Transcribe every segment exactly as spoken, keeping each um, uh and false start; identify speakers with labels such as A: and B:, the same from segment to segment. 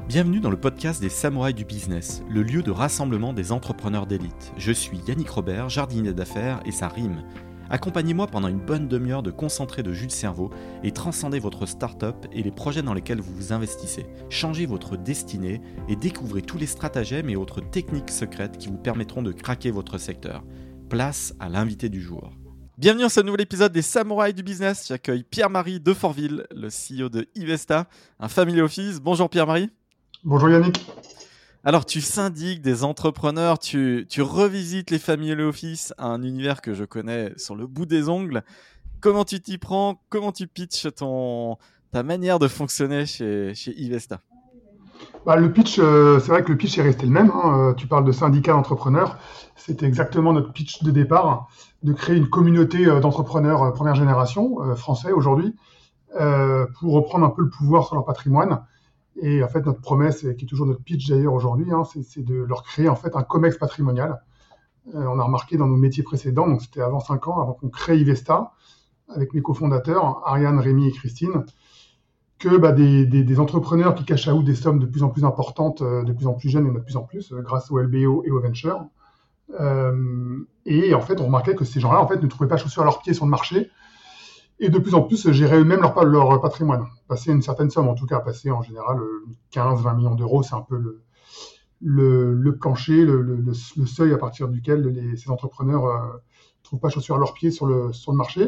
A: Bienvenue dans le podcast des Samouraïs du Business, le lieu de rassemblement des entrepreneurs d'élite. Je suis Yannick Robert, jardinier d'affaires et ça rime. Accompagnez-moi pendant une bonne demi-heure de concentré de jus de cerveau et transcendez votre start-up et les projets dans lesquels vous vous investissez. Changez votre destinée et découvrez tous les stratagèmes et autres techniques secrètes qui vous permettront de craquer votre secteur. Place à l'invité du jour. Bienvenue dans ce nouvel épisode des Samouraïs du Business. J'accueille Pierre-Marie Defortville, le C E O de Ivesta, un family office. Bonjour Pierre-Marie.
B: Bonjour Yannick.
A: Alors, tu syndiques des entrepreneurs, tu, tu revisites les family office, un univers que je connais sur le bout des ongles. Comment tu t'y prends? Comment tu pitches ton, ta manière de fonctionner chez, chez Ivesta?
B: Bah, le pitch, euh, c'est vrai que le pitch est resté le même. Hein. Tu parles de syndicat d'entrepreneurs. C'était exactement notre pitch de départ, de créer une communauté d'entrepreneurs euh, première génération, euh, français aujourd'hui, euh, pour reprendre un peu le pouvoir sur leur patrimoine. Et en fait, notre promesse, et qui est toujours notre pitch d'ailleurs aujourd'hui, hein, c'est, c'est de leur créer en fait un comex patrimonial. Euh, on a remarqué dans nos métiers précédents, donc c'était avant cinq ans, avant qu'on crée Ivesta, avec mes cofondateurs, Ariane, Rémi et Christine, que bah, des, des, des entrepreneurs qui cachent à out des sommes de plus en plus importantes, euh, de plus en plus jeunes et de plus en plus, euh, grâce au L B O et au venture. Euh, et en fait, on remarquait que ces gens-là en fait, ne trouvaient pas chaussures à leurs pieds sur le marché, et de plus en plus gérer eux-mêmes leur, leur patrimoine. Passer une certaine somme, en tout cas, passer en général quinze à vingt millions d'euros, c'est un peu le, le, le plancher, le, le, le seuil à partir duquel les, ces entrepreneurs ne euh, trouvent pas chaussures à leurs pieds sur le, sur le marché.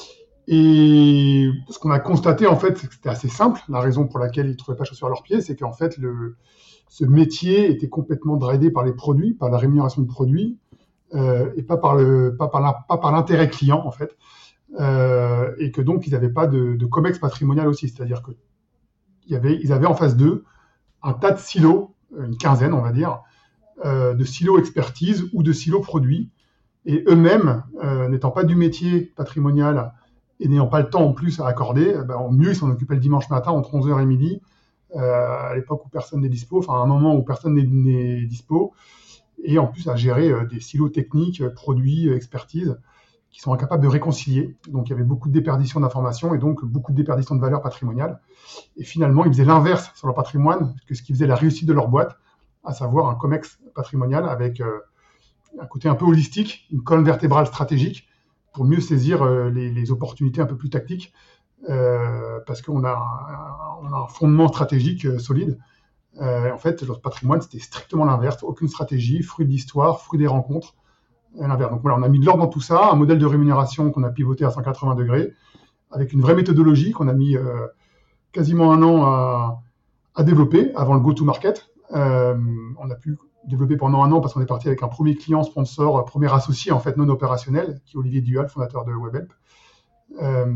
B: Et ce qu'on a constaté, en fait, c'est que c'était assez simple. La raison pour laquelle ils ne trouvaient pas chaussures à leurs pieds, c'est qu'en fait, le, ce métier était complètement drivé par les produits, par la rémunération de produits, euh, et pas par, le, pas, par la, pas par l'intérêt client, en fait. Euh, et que donc ils n'avaient pas de, de comex patrimonial aussi, c'est-à-dire que y avait, ils avaient en face d'eux un tas de silos, une quinzaine on va dire, euh, de silos expertise ou de silos produits, et eux-mêmes, euh, n'étant pas du métier patrimonial et n'ayant pas le temps en plus à accorder, ben, au mieux ils s'en occupaient le dimanche matin entre onze heures et midi, euh, à l'époque où personne n'est dispo, enfin à un moment où personne n'est, n'est dispo, et en plus à gérer euh, des silos techniques, produits, expertise, qui sont incapables de réconcilier. Donc, il y avait beaucoup de déperdition d'informations et donc beaucoup de déperdition de valeur patrimoniale. Et finalement, ils faisaient l'inverse sur leur patrimoine que ce qui faisait la réussite de leur boîte, à savoir un comex patrimonial avec euh, un côté un peu holistique, une colonne vertébrale stratégique pour mieux saisir euh, les, les opportunités un peu plus tactiques euh, parce qu'on a un, on a un fondement stratégique euh, solide. Euh, en fait, leur patrimoine, c'était strictement l'inverse. Aucune stratégie, fruit de l'histoire, fruit des rencontres. Donc voilà, on a mis de l'ordre dans tout ça, un modèle de rémunération qu'on a pivoté à cent quatre-vingts degrés, avec une vraie méthodologie qu'on a mis euh, quasiment un an à, à développer avant le go-to-market. Euh, on a pu développer pendant un an parce qu'on est parti avec un premier client sponsor, premier associé en fait non opérationnel, qui est Olivier Duhal, fondateur de WebHelp. Euh,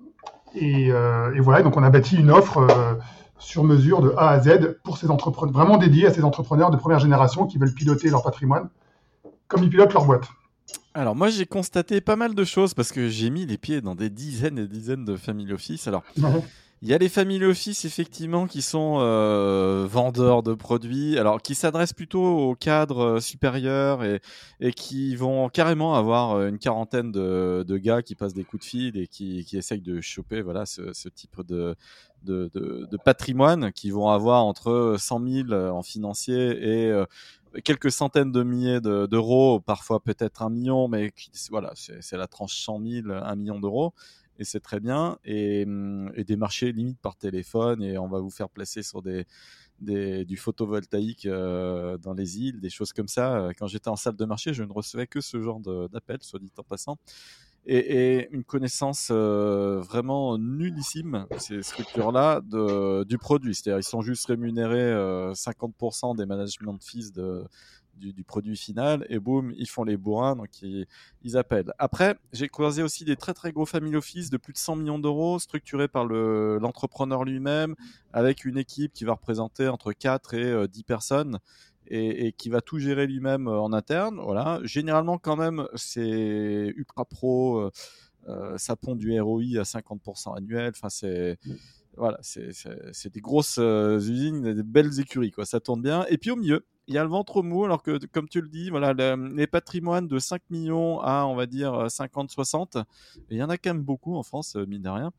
B: et, euh, et voilà, donc on a bâti une offre euh, sur mesure de A à Z pour ces entrepreneurs, vraiment dédiée à ces entrepreneurs de première génération qui veulent piloter leur patrimoine comme ils pilotent leur boîte.
A: Alors moi j'ai constaté pas mal de choses parce que j'ai mis les pieds dans des dizaines et des dizaines de family office. Alors
B: Ouais.
A: il y a les family office effectivement qui sont euh, vendeurs de produits, alors qui s'adressent plutôt aux cadres supérieurs et, et qui vont carrément avoir une quarantaine de, de gars qui passent des coups de fil et qui, qui essayent de choper voilà ce, ce type de, de, de, de patrimoine, qui vont avoir entre cent mille en financier et euh, quelques centaines de milliers de, d'euros, parfois peut-être un million, mais qui, voilà, c'est, c'est la tranche cent mille, un million d'euros. Et c'est très bien, et, et des marchés limite par téléphone, et on va vous faire placer sur des, des, du photovoltaïque euh, dans les îles, des choses comme ça. Quand j'étais en salle de marché, je ne recevais que ce genre de, d'appels, soit dit en passant. Et, et une connaissance euh, vraiment nullissime, ces structures-là, de, du produit. C'est-à-dire ils sont juste rémunérés euh, cinquante pour cent des management fees de, du, du produit final, et boum, ils font les bourrins, donc ils, ils appellent. Après, j'ai croisé aussi des très très gros family office de plus de cent millions d'euros, structurés par le, l'entrepreneur lui-même, avec une équipe qui va représenter entre quatre et euh, dix personnes, et, et qui va tout gérer lui-même euh, en interne. Voilà. Généralement, quand même, c'est ultra pro, euh, euh, ça pond du R O I à cinquante pour cent annuel. Enfin, c'est voilà, c'est, c'est, c'est des grosses euh, usines, des belles écuries, quoi. Ça tourne bien. Et puis au milieu, il y a le ventre mou, alors que, comme tu le dis, voilà, le, les patrimoines de cinq millions à, on va dire, cinquante soixante, il y en a quand même beaucoup en France, mine de rien.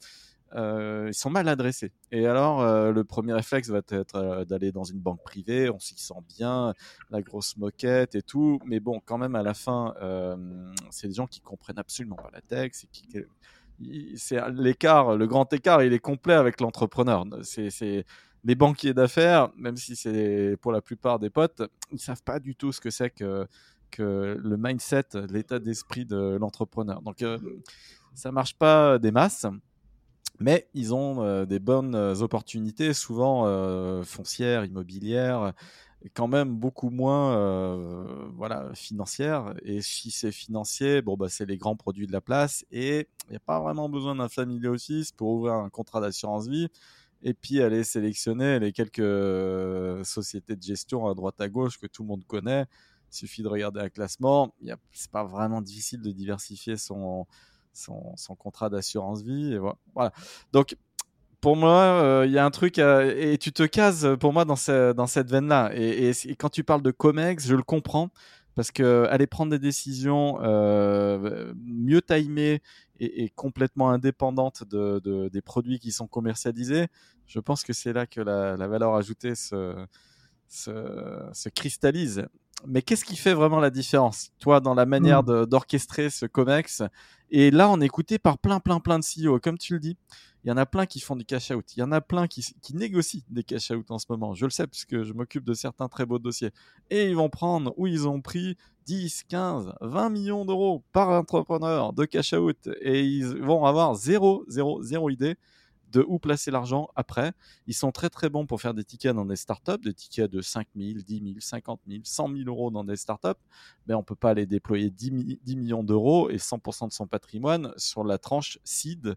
A: euh, ils sont mal adressés. Et alors, euh, le premier réflexe va être euh, d'aller dans une banque privée, on s'y sent bien, la grosse moquette et tout, mais bon, quand même, à la fin, euh, c'est des gens qui comprennent absolument pas la tech, c'est qui, c'est l'écart, le grand écart, il est complet avec l'entrepreneur. C'est, c'est les banquiers d'affaires, même si c'est pour la plupart des potes, ils savent pas du tout ce que c'est que que le mindset, l'état d'esprit de l'entrepreneur. Donc euh, ça marche pas des masses, mais ils ont euh, des bonnes opportunités, souvent euh, foncières, immobilières, et quand même beaucoup moins euh, voilà, financières. Et si c'est financier, bon, bah, c'est les grands produits de la place. Et il n'y a pas vraiment besoin d'un family office pour ouvrir un contrat d'assurance vie. Et puis aller sélectionner les quelques euh, sociétés de gestion à droite à gauche que tout le monde connaît. Il suffit de regarder un classement. Ce n'est pas vraiment difficile de diversifier son, son, son contrat d'assurance vie. Et voilà. voilà. Donc, pour moi, il euh, y a un truc, à... et tu te cases pour moi dans, ce, dans cette veine-là. Et, et, et quand tu parles de Comex, je le comprends, parce qu'aller prendre des décisions euh, mieux timées et, et complètement indépendantes de, de, des produits qui sont commercialisés, je pense que c'est là que la, la valeur ajoutée se, se, se cristallise. Mais qu'est-ce qui fait vraiment la différence, toi, dans la manière de, d'orchestrer ce Comex? Et là, on est écouté par plein, plein, plein de C E O, comme tu le dis. Il y en a plein qui font du cash out. Il y en a plein qui, qui négocient des cash out en ce moment. Je le sais puisque je m'occupe de certains très beaux dossiers. Et ils vont prendre, ou ils ont pris dix, quinze, vingt millions d'euros par entrepreneur de cash out. Et ils vont avoir zéro, zéro, zéro idée de où placer l'argent après. Ils sont très très bons pour faire des tickets dans des startups, des tickets de cinq mille, dix mille, cinquante mille, cent mille euros dans des startups. Mais on ne peut pas aller déployer dix millions d'euros et cent pour cent de son patrimoine sur la tranche seed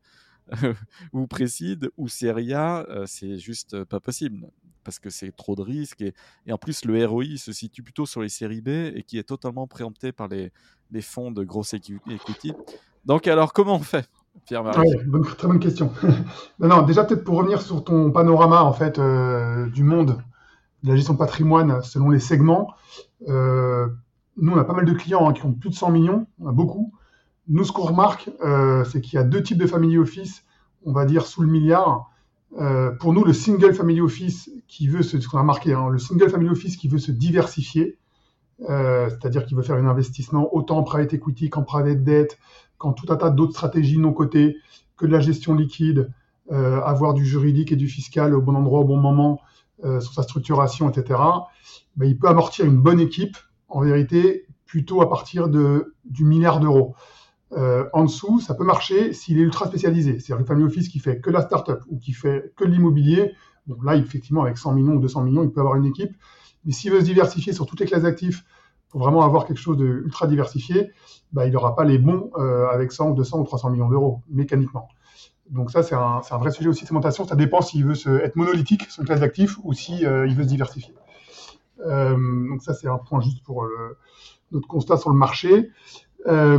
A: ou précide ou série A, euh, c'est juste pas possible parce que c'est trop de risques et, et en plus le R O I se situe plutôt sur les séries B et qui est totalement préempté par les, les fonds de grosse equity. Donc alors comment on fait, Pierre-Marie?
B: Ouais, bonne, très bonne question. non, non, déjà peut-être pour revenir sur ton panorama en fait euh, du monde de la gestion de patrimoine selon les segments. Euh, nous on a pas mal de clients hein, qui ont plus de cent millions, on a beaucoup. Nous, ce qu'on remarque, euh, c'est qu'il y a deux types de family office, on va dire sous le milliard. Euh, pour nous, le single family office qui veut se, ce qu'on a marqué, hein, le single family office qui veut se diversifier, euh, c'est-à-dire qui veut faire un investissement autant en private equity qu'en private debt, qu'en tout un tas d'autres stratégies non cotées, que de la gestion liquide, euh, avoir du juridique et du fiscal au bon endroit au bon moment, euh, sur sa structuration, et cetera. Ben, il peut amortir une bonne équipe, en vérité, plutôt à partir de, du milliard d'euros. Euh, en dessous, ça peut marcher s'il est ultra spécialisé. C'est-à-dire le family office qui fait que la start-up ou qui fait que l'immobilier. Bon, là, effectivement, avec cent millions ou deux cents millions, il peut avoir une équipe. Mais s'il veut se diversifier sur toutes les classes d'actifs pour vraiment avoir quelque chose d'ultra diversifié, bah, il n'aura pas les bons euh, avec cent, deux cents ou trois cents millions d'euros, mécaniquement. Donc ça, c'est un, c'est un vrai sujet aussi de segmentation. Ça dépend s'il veut se, être monolithique sur une classe d'actifs ou s'il euh, veut se diversifier. Euh, donc ça, c'est un point juste pour euh, notre constat sur le marché. Euh,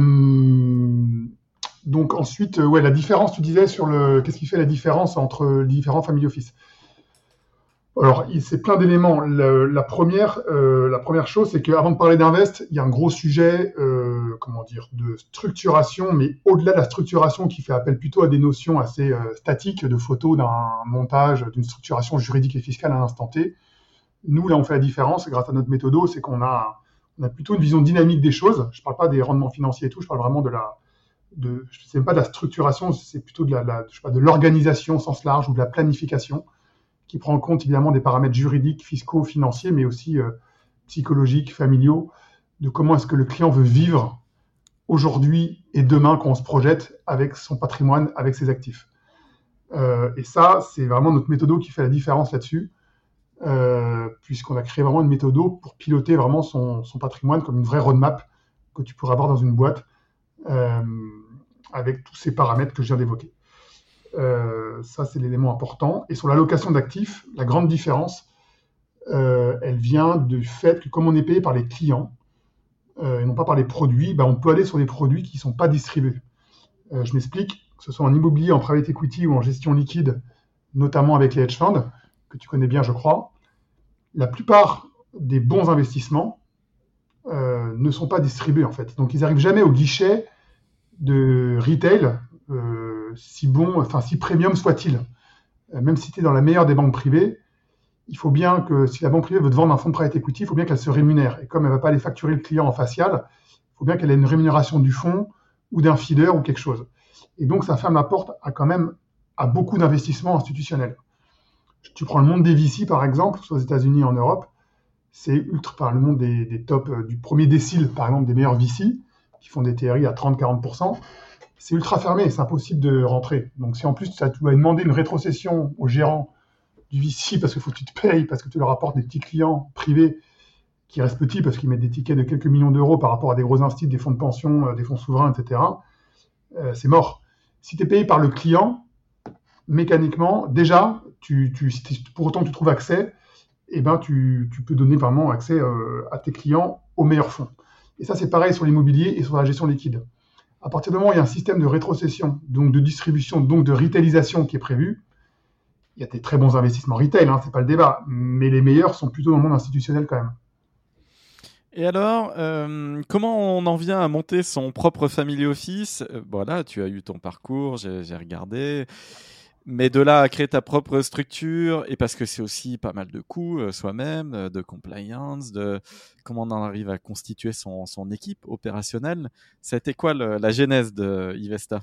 B: donc ensuite, ouais, la différence, tu disais sur le, qu'est-ce qui fait la différence entre les différents family office. Alors, c'est plein d'éléments. La, la première, euh, la première chose, c'est qu'avant de parler d'invest, il y a un gros sujet, euh, comment dire, de structuration, mais au-delà de la structuration, qui fait appel plutôt à des notions assez euh, statiques de photos, d'un montage, d'une structuration juridique et fiscale à l'instant T. Nous, là, on fait la différence grâce à notre méthodo, c'est qu'on a on a plutôt une vision dynamique des choses. Je ne parle pas des rendements financiers et tout, je parle vraiment de la, de, je sais même pas de la structuration, c'est plutôt de la, la je sais pas, de l'organisation au sens large ou de la planification, qui prend en compte évidemment des paramètres juridiques, fiscaux, financiers, mais aussi euh, psychologiques, familiaux, de comment est-ce que le client veut vivre aujourd'hui et demain quand on se projette avec son patrimoine, avec ses actifs. Euh, et ça, c'est vraiment notre méthodo qui fait la différence là-dessus. Euh, puisqu'on a créé vraiment une méthode pour piloter vraiment son, son patrimoine comme une vraie roadmap que tu pourrais avoir dans une boîte euh, avec tous ces paramètres que je viens d'évoquer. Euh, ça, c'est l'élément important. Et sur l'allocation d'actifs, la grande différence, euh, elle vient du fait que comme on est payé par les clients euh, et non pas par les produits, ben, on peut aller sur des produits qui ne sont pas distribués. Euh, je m'explique, que ce soit en immobilier, en private equity ou en gestion liquide, notamment avec les hedge funds, que tu connais bien, je crois, la plupart des bons investissements euh, ne sont pas distribués, en fait. Donc, ils n'arrivent jamais au guichet de retail, euh, si bon, enfin si premium soit-il. Euh, même si tu es dans la meilleure des banques privées, il faut bien que si la banque privée veut te vendre un fonds de private equity, il faut bien qu'elle se rémunère. Et comme elle ne va pas aller facturer le client en facial, il faut bien qu'elle ait une rémunération du fonds ou d'un feeder ou quelque chose. Et donc, ça ferme la porte à quand même à beaucoup d'investissements institutionnels. Tu prends le monde des V C, par exemple, soit aux États-Unis et en Europe, c'est ultra, par le monde des, des tops, euh, du premier décile, par exemple, des meilleurs V C, qui font des T R I à trente à quarante pour cent, c'est ultra fermé, c'est impossible de rentrer. Donc, si en plus, ça, tu dois demander une rétrocession au gérant du V C parce qu'il faut que tu te payes, parce que tu leur apportes des petits clients privés qui restent petits parce qu'ils mettent des tickets de quelques millions d'euros par rapport à des gros instituts, des fonds de pension, euh, des fonds souverains, et cetera, euh, c'est mort. Si tu es payé par le client, mécaniquement, déjà, tu, tu, si pour autant que tu trouves accès, eh ben, tu, tu peux donner vraiment accès euh, à tes clients aux meilleurs fonds. Et ça, c'est pareil sur l'immobilier et sur la gestion liquide. À partir du moment où il y a un système de rétrocession, donc de distribution, donc de retailisation qui est prévu, il y a des très bons investissements retail, hein, c'est pas le débat, mais les meilleurs sont plutôt dans le monde institutionnel quand même.
A: Et alors, euh, comment on en vient à monter son propre family office? Euh, Voilà, tu as eu ton parcours, j'ai, j'ai regardé. Mais de là à créer ta propre structure, et parce que c'est aussi pas mal de coûts euh, soi-même, euh, de compliance, de comment on en arrive à constituer son, son équipe opérationnelle, ça a été quoi le- la genèse de Ivesta?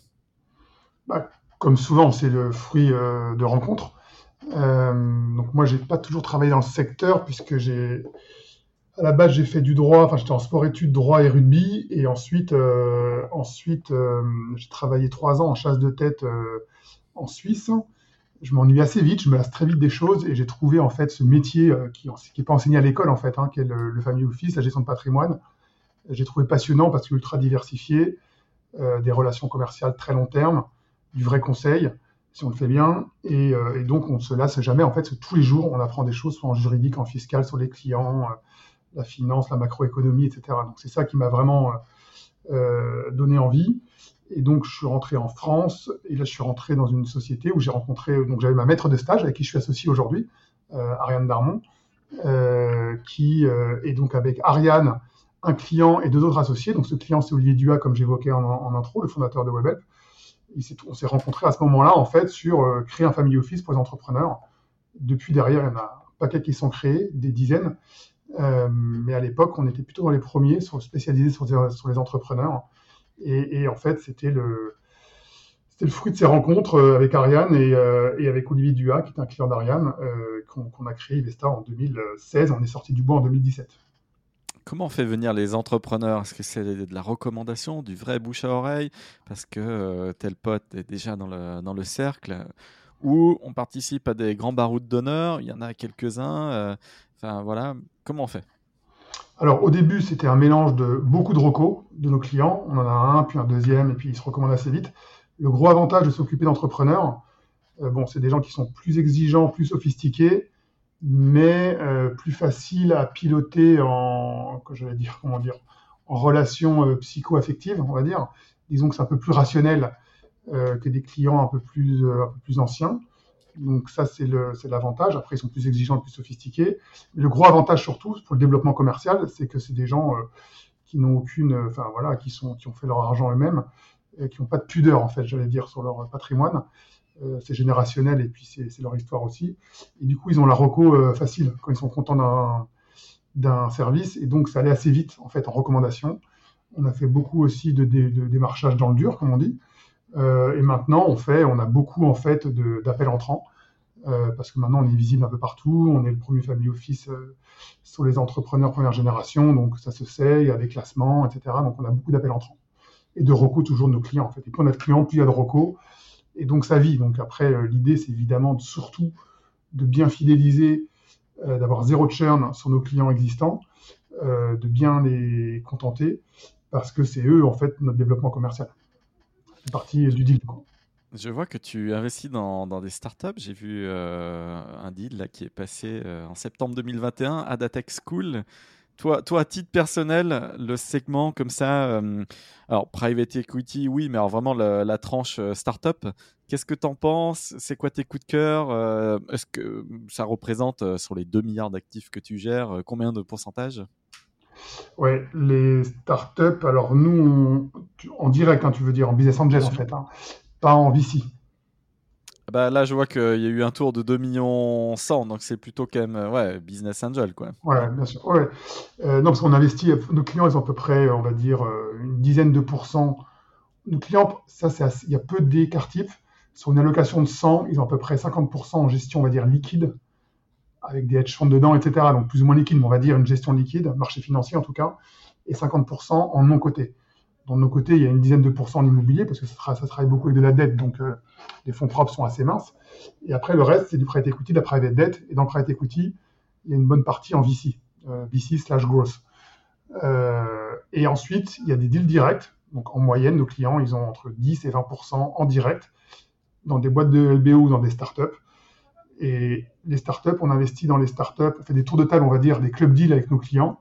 B: Bah, comme souvent, c'est le fruit euh, de rencontres. Euh, donc moi, j'ai pas toujours travaillé dans le secteur puisque j'ai, à la base, j'ai fait du droit. Enfin, j'étais en sport-études, droit et rugby, et ensuite, euh, ensuite, euh, j'ai travaillé trois ans en chasse de tête euh, en Suisse. Je m'ennuie assez vite, je me lasse très vite des choses, et j'ai trouvé en fait ce métier euh, qui n'est pas enseigné à l'école en fait, hein, qui est le, le family office, la gestion de patrimoine. J'ai trouvé passionnant parce que ultra diversifié, euh, des relations commerciales très long terme, du vrai conseil, si on le fait bien. Et, euh, et donc, on ne se lasse jamais. En fait, parce que tous les jours, on apprend des choses, soit en juridique, en fiscal, sur les clients, euh, la finance, la macroéconomie, et cetera. Donc, c'est ça qui m'a vraiment euh, donné envie. Et donc, je suis rentré en France. Et là, je suis rentré dans une société où j'ai rencontré. Donc, j'avais ma maître de stage avec qui je suis associé aujourd'hui, euh, Ariane Darmon, euh, qui euh, est donc avec Ariane, un client et deux autres associés. Donc, ce client, c'est Olivier Duhat, comme j'évoquais en, en intro, le fondateur de WebHelp. Il s'est- on s'est rencontrés à ce moment-là, en fait, sur euh, créer un family office pour les entrepreneurs. Depuis, derrière, il y en a un paquet qui sont créés, des dizaines. Euh, mais à l'époque, on était plutôt dans les premiers, sur, spécialisés sur, des- sur les entrepreneurs. Et, et en fait, c'était le, c'était le fruit de ces rencontres euh, avec Ariane et, euh, et avec Olivier Duhat, qui est un client d'Ariane, euh, qu'on, qu'on a créé Ivesta en deux mille seize. On est sorti du bois en deux mille dix-sept.
A: Comment on fait venir les entrepreneurs? Est-ce que c'est de la recommandation, du vrai bouche à oreille, parce que euh, tel pote est déjà dans le, dans le cercle, ou on participe à des grands barouds d'honneur, il y en a quelques-uns, euh, enfin voilà, comment on fait?
B: Alors, au début, c'était un mélange de beaucoup de recos de nos clients. On en a un, puis un deuxième, et puis ils se recommandent assez vite. Le gros avantage de s'occuper d'entrepreneurs, euh, bon, c'est des gens qui sont plus exigeants, plus sophistiqués, mais euh, plus faciles à piloter en, que j'allais dire, comment dire, en relation euh, psycho-affective, on va dire. Disons que c'est un peu plus rationnel euh, que des clients un peu plus, euh, un peu plus anciens. Donc ça, c'est le, c'est l'avantage. Après, ils sont plus exigeants, plus sophistiqués. Le gros avantage surtout pour le développement commercial, c'est que c'est des gens euh, qui n'ont aucune, enfin voilà, qui sont, qui ont fait leur argent eux-mêmes, et qui n'ont pas de pudeur en fait, j'allais dire, sur leur patrimoine. Euh, c'est générationnel et puis c'est, c'est leur histoire aussi. Et du coup, ils ont la reco euh, facile quand ils sont contents d'un, d'un service. Et donc, ça allait assez vite en fait en recommandation. On a fait beaucoup aussi de, de, de démarchage dans le dur, comme on dit. Euh, et maintenant, on fait, on a beaucoup en fait de, d'appels entrants euh, parce que maintenant on est visible un peu partout. On est le premier family office euh, sur les entrepreneurs première génération, donc ça se sait, il y a des classements, et cetera. Donc on a beaucoup d'appels entrants et de recos toujours de nos clients en fait. Et plus on a de clients, plus il y a de recos. Et donc ça vit. Donc après, euh, l'idée c'est évidemment de, surtout de bien fidéliser, euh, d'avoir zéro churn sur nos clients existants, euh, de bien les contenter parce que c'est eux en fait notre développement commercial. C'est partie du deal, quoi.
A: Je vois que tu investis dans, dans des startups. J'ai vu euh, un deal là, qui est passé euh, en septembre deux mille vingt et un à Adatech School. Toi, toi, à titre personnel, le segment comme ça, euh, alors private equity, oui, mais alors vraiment la, la tranche euh, startup, qu'est-ce que tu en penses? C'est quoi tes coups de cœur? Euh, Est-ce que ça représente euh, sur les deux milliards d'actifs que tu gères, euh, combien de pourcentage?
B: Ouais, les startups, alors nous, on- tu- en direct, hein, tu veux dire, en business
A: Bien
B: angel en
A: sûr.
B: fait, hein. pas en V C.
A: Bah là, je vois qu'il y a eu un tour de deux millions cent, donc c'est plutôt quand même euh, ouais, business angel, quoi.
B: Ouais, bien sûr. Ouais. Euh, non, parce qu'on investit, nos clients, ils ont à peu près, on va dire, euh, une dizaine de pourcents. Nos clients, ça, c'est assez- il y a peu d'écart type. Sur une allocation de cent, ils ont à peu près cinquante pour cent en gestion, on va dire, liquide, avec des hedge funds dedans, et cetera. Donc plus ou moins liquide, mais on va dire une gestion liquide, marché financier en tout cas, et cinquante pour cent en non coté. Dans nos côtés, il y a une dizaine de pourcents en immobilier, parce que ça, tra- ça travaille beaucoup avec de la dette, donc euh, les fonds propres sont assez minces. Et après, le reste, c'est du private equity, de la private debt. Et dans le private equity, il y a une bonne partie en V C, euh, V C slash growth. Euh, et ensuite, il y a des deals directs. Donc en moyenne, nos clients, ils ont entre dix et vingt pour cent en direct dans des boîtes de L B O ou dans des startups. Et les startups, on investit dans les startups, on fait des tours de table, on va dire, des club deals avec nos clients,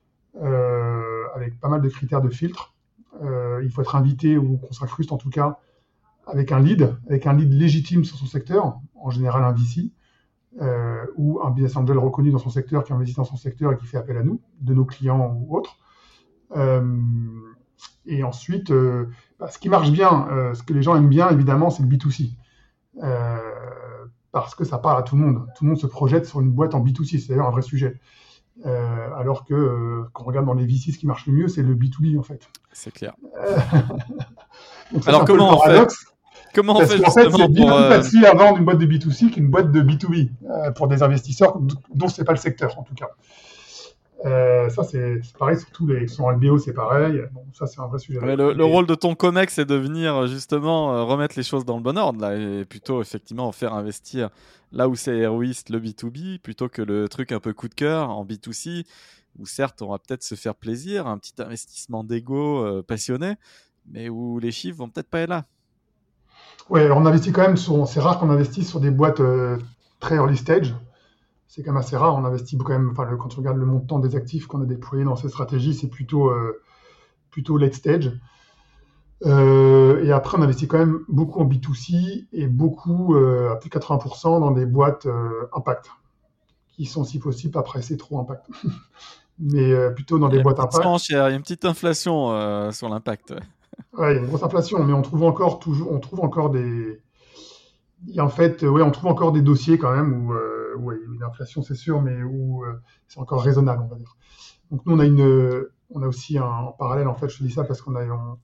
B: euh, avec pas mal de critères de filtre. Euh, il faut être invité ou qu'on s'incruste en tout cas avec un lead, avec un lead légitime sur son secteur, en général un V C, euh, ou un business angel reconnu dans son secteur, qui investit dans son secteur et qui fait appel à nous, de nos clients ou autres. Euh, et ensuite, euh, bah, ce qui marche bien, euh, ce que les gens aiment bien, évidemment, c'est le B deux C. Euh, parce que ça parle à tout le monde. Tout le monde se projette sur une boîte en B deux C, c'est d'ailleurs un vrai sujet. Euh, alors que euh, quand on regarde dans les V C, ce qui marche le mieux, c'est le B deux B en fait.
A: C'est clair.
B: Euh, donc ça, c'est
A: Alors
B: un peu le
A: comment on fait?
B: paradoxe.
A: Comment on
B: Parce
A: fait
B: qu'en fait,
A: justement
B: c'est bien
A: pour
B: plus
A: euh,
B: facile à vendre une boîte de B deux C qu'une boîte de B deux B euh, pour des investisseurs dont c'est pas le secteur en tout cas. Euh, ça, c'est c'est pareil, surtout les qui sont en L B O, c'est pareil. Bon, ça, c'est un vrai sujet
A: ouais,
B: d'ailleurs.
A: le, le
B: Mais
A: rôle de ton comex, c'est de venir euh, justement euh, remettre les choses dans le bon ordre là, et plutôt effectivement faire investir là où c'est héroïste le B deux B plutôt que le truc un peu coup de cœur en B deux C où certes on va peut-être se faire plaisir, un petit investissement d'ego euh, passionné, mais où les chiffres vont peut-être pas être là.
B: ouais, alors on investit quand même sur. C'est rare qu'on investisse sur des boîtes euh, très early stage. C'est quand même assez rare. On investit quand même. Enfin, le- quand tu regardes le montant des actifs qu'on a déployés dans ces stratégies, c'est plutôt euh, plutôt late stage. Euh, et après, on investit quand même beaucoup en B deux C et beaucoup, euh, à plus de quatre-vingts pour cent, dans des boîtes euh, impact, qui sont si possible pas pressées trop impact. Mais euh, plutôt dans
A: Il y
B: des
A: a une
B: boîtes
A: petite
B: impact.
A: tranche, il y a une petite inflation euh, sur l'impact. Ouais.
B: Ouais, il y a une grosse inflation, mais on trouve encore toujours, on trouve encore des. Et en fait, euh, ouais, on trouve encore des dossiers quand même où, euh, où il y a une inflation, c'est sûr, mais où euh, c'est encore raisonnable, on va dire. Donc nous, on a une, euh, on a aussi un, en parallèle, en fait, je te dis ça parce qu'on a, on,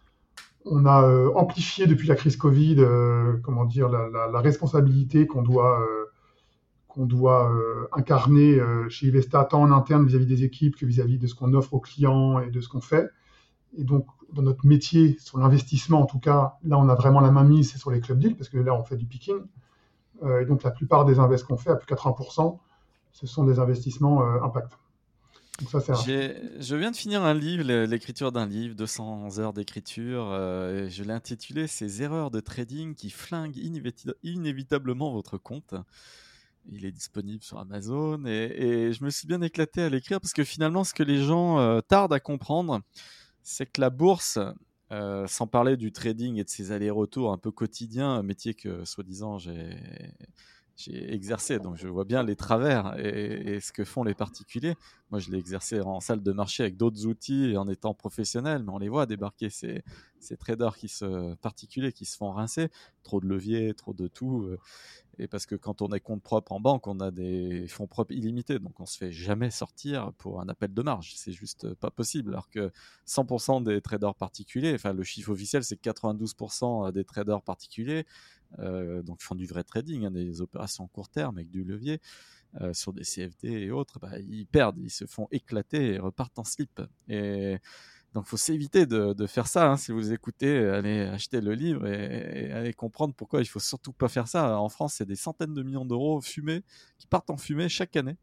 B: on a euh, amplifié depuis la crise Covid, euh, comment dire, la, la, la responsabilité qu'on doit, euh, qu'on doit euh, incarner euh, chez Ivesta, tant en interne vis-à-vis des équipes que vis-à-vis de ce qu'on offre aux clients et de ce qu'on fait. Et donc, dans notre métier, sur l'investissement en tout cas, là, on a vraiment la main mise, c'est sur les club deals, parce que là, on fait du picking. Euh, et donc, la plupart des invests qu'on fait, à plus de quatre-vingts pour cent, ce sont des investissements euh, impact. Donc, ça, c'est un.
A: J'ai, je viens de finir un livre, l'é- l'écriture d'un livre, deux cents heures d'écriture. Euh, et je l'ai intitulé Ces erreurs de trading qui flinguent inévita- inévitablement votre compte. Il est disponible sur Amazon et, et je me suis bien éclaté à l'écrire parce que finalement, ce que les gens euh, tardent à comprendre, c'est que la bourse, euh, sans parler du trading et de ses allers-retours un peu quotidiens, un métier que soi-disant j'ai j'ai exercé, donc je vois bien les travers et, et ce que font les particuliers. Moi, je l'ai exercé en salle de marché avec d'autres outils et en étant professionnel, mais on les voit débarquer ces, ces traders qui se, particuliers qui se font rincer, trop de leviers, trop de tout. euh, et parce que quand on est compte propre en banque, on a des fonds propres illimités, donc on se fait jamais sortir pour un appel de marge. C'est juste pas possible. Alors que cent pour cent des traders particuliers, enfin le chiffre officiel, c'est que quatre-vingt-douze pour cent des traders particuliers, euh, donc font du vrai trading, hein, des opérations court terme avec du levier euh, sur des C F D et autres, bah, ils perdent, ils se font éclater et repartent en slip. Et donc, il faut s'éviter de, de faire ça. Hein. Si vous écoutez, allez acheter le livre et, et allez comprendre pourquoi il faut surtout pas faire ça. En France, c'est des centaines de millions d'euros fumés qui partent en fumée chaque année,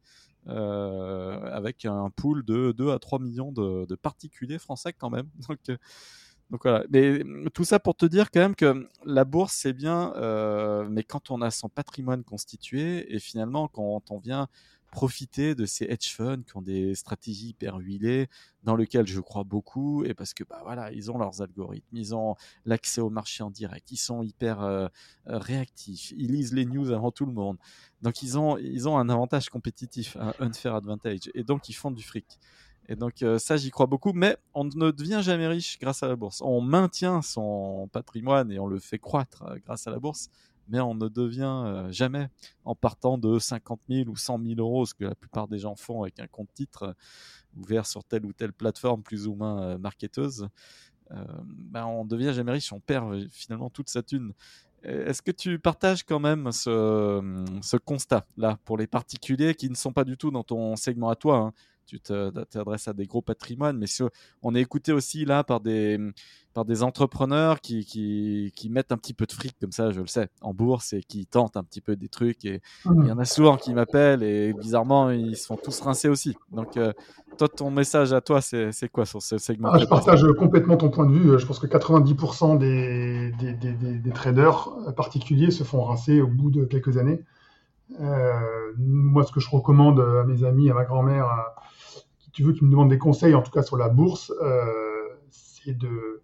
A: euh, avec un pool de deux à trois millions de, de particuliers français quand même. Donc, euh, donc voilà. Mais euh, tout ça pour te dire quand même que la bourse, c'est bien, euh, mais quand on a son patrimoine constitué et finalement quand on vient profiter de ces hedge funds qui ont des stratégies hyper huilées, dans lesquelles je crois beaucoup, et parce que bah voilà, ils ont leurs algorithmes, ils ont l'accès au marché en direct, ils sont hyper euh, euh, réactifs, ils lisent les news avant tout le monde, donc ils ont ils ont un avantage compétitif, un unfair advantage, et donc ils font du fric. Et donc euh, ça, j'y crois beaucoup. Mais on ne devient jamais riche grâce à la bourse. On maintient son patrimoine et on le fait croître euh, grâce à la bourse. Mais on ne devient euh, jamais en partant de cinquante mille ou cent mille euros, ce que la plupart des gens font avec un compte titre euh, ouvert sur telle ou telle plateforme plus ou moins euh, marketeuse. Euh, ben on devient jamais riche, on perd euh, finalement toute sa thune. Euh, Est-ce que tu partages quand même ce, ce constat-là pour les particuliers qui ne sont pas du tout dans ton segment à toi, hein. Tu te- t'adresses à des gros patrimoines, mais si on est écouté aussi là par des, par des entrepreneurs qui, qui, qui mettent un petit peu de fric comme ça, je le sais, en bourse et qui tentent un petit peu des trucs. Et il y en a souvent qui m'appellent et bizarrement, ils se font tous rincer aussi. Donc, euh, toi, ton message à toi, c'est, c'est quoi sur ce segment
B: Ah,
A: de
B: je
A: la personne?
B: partage complètement ton point de vue. Je pense que quatre-vingt-dix pour cent des, des, des, des, des traders particuliers se font rincer au bout de quelques années. Euh, moi, ce que je recommande à mes amis, à ma grand-mère, à qui tu veux, qui me demandent des conseils, en tout cas sur la bourse, euh, c'est de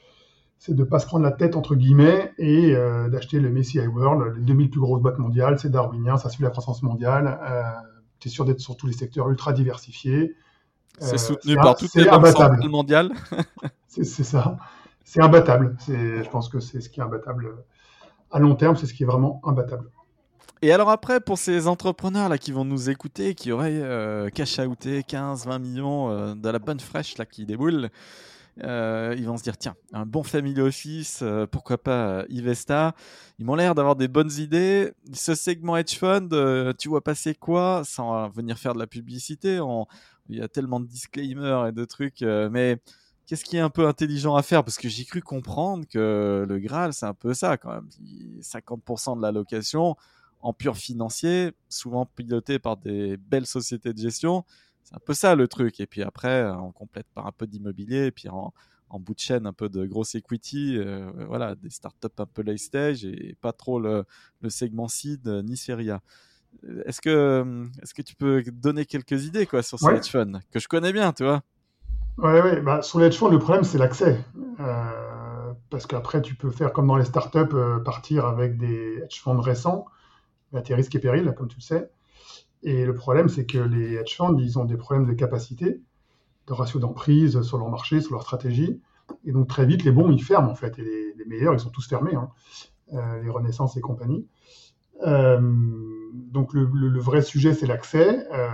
B: c'est de pas se prendre la tête entre guillemets et euh, d'acheter le M S C I World, les deux mille plus grosses boîtes mondiales, c'est darwinien, ça suit la croissance mondiale. Euh, tu es sûr d'être sur tous les secteurs ultra diversifiés.
A: C'est
B: Euh,
A: soutenu
B: c'est,
A: par toutes les
B: c'est
A: banques
B: imbattable.
A: centrales mondiales.
B: C'est, c'est ça. C'est imbattable. C'est, je pense que c'est ce qui est imbattable à long terme, c'est ce qui est vraiment imbattable.
A: Et alors après, pour ces entrepreneurs là qui vont nous écouter, qui auraient euh, cash outé quinze vingt millions euh, de la bonne fraîche là qui déboule, euh, ils vont se dire tiens, un bon family office, euh, pourquoi pas euh, Ivesta. Ils m'ont l'air d'avoir des bonnes idées. Ce segment hedge fund, euh, tu vois passer quoi sans venir faire de la publicité? On- Il y a tellement de disclaimers et de trucs, euh, mais qu'est-ce qui est un peu intelligent à faire? Parce que j'ai cru comprendre que le Graal, c'est un peu ça quand même. Il- cinquante pour cent de l'allocation en pur financier, souvent piloté par des belles sociétés de gestion. C'est un peu ça le truc. Et puis après, on complète par un peu d'immobilier, et puis en, en bout de chaîne, un peu de grosse equity, euh, voilà, des startups un peu late stage et pas trop le, le segment seed euh, ni Seria. Est-ce que, est-ce que tu peux donner quelques idées quoi, sur ces
B: Ouais,
A: hedge funds que je connais bien, tu vois?
B: ouais, ouais. Bah, sur les hedge funds, le problème, c'est l'accès. Euh, parce qu'après, tu peux faire comme dans les startups, euh, partir avec des hedge funds récents, à tes risques et périls, comme tu le sais. Et le problème, c'est que les hedge funds, ils ont des problèmes de capacité, de ratio d'emprise sur leur marché, sur leur stratégie. Et donc, très vite, les bons, ils ferment, en fait. Et les, les meilleurs, ils sont tous fermés, hein. Euh, les Renaissance et compagnie. Euh, donc, le, le- le vrai sujet, c'est l'accès. Euh,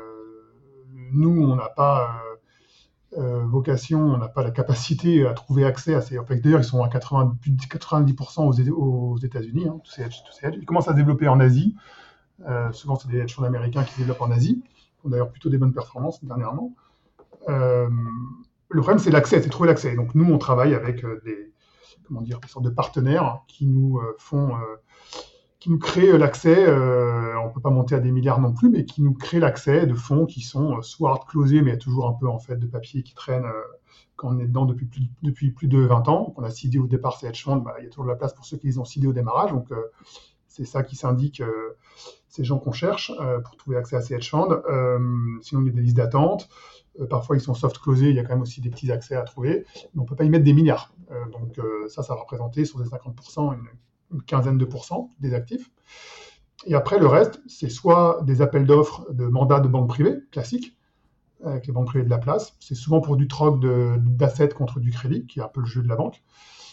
B: nous, on n'a pas euh, euh, vocation, on n'a pas la capacité à trouver accès à ces. En fait, d'ailleurs, ils sont à quatre-vingts, plus de quatre-vingt-dix pour cent aux, aux États-Unis, hein, tous ces hedge- tous ces hedge. Ils commencent à se développer en Asie. Euh, souvent, c'est des hedge funds américains qui se développent en Asie. Ils ont d'ailleurs plutôt des bonnes performances dernièrement. Euh, le problème, c'est l'accès, c'est trouver l'accès. Donc, nous, on travaille avec euh, des, comment dire, des sortes de partenaires qui nous euh, font, euh, qui nous créent l'accès. Euh, on peut pas monter à des milliards non plus, mais qui nous créent l'accès de fonds qui sont euh, soit hard closés, mais il y a toujours un peu en fait de papier qui traîne euh, quand on est dedans depuis plus, depuis plus de vingt ans. On a seedé au départ ces hedge funds, bah, il y a toujours de la place pour ceux qui les ont seedés au démarrage. Donc, euh, c'est ça qui s'indique euh, ces gens qu'on cherche euh, pour trouver accès à ces hedge funds. Euh, sinon, il y a des listes d'attente. Euh, parfois, ils sont soft closés. Il y a quand même aussi des petits accès à trouver. Mais on ne peut pas y mettre des milliards. Euh, donc, euh, ça, ça va représenter sur les cinquante pour cent une, une quinzaine de pourcents des actifs. Et après, le reste, c'est soit des appels d'offres de mandats de banque privée classiques, avec les banques privées de la place. C'est souvent pour du troc de, d'assets contre du crédit, qui est un peu le jeu de la banque.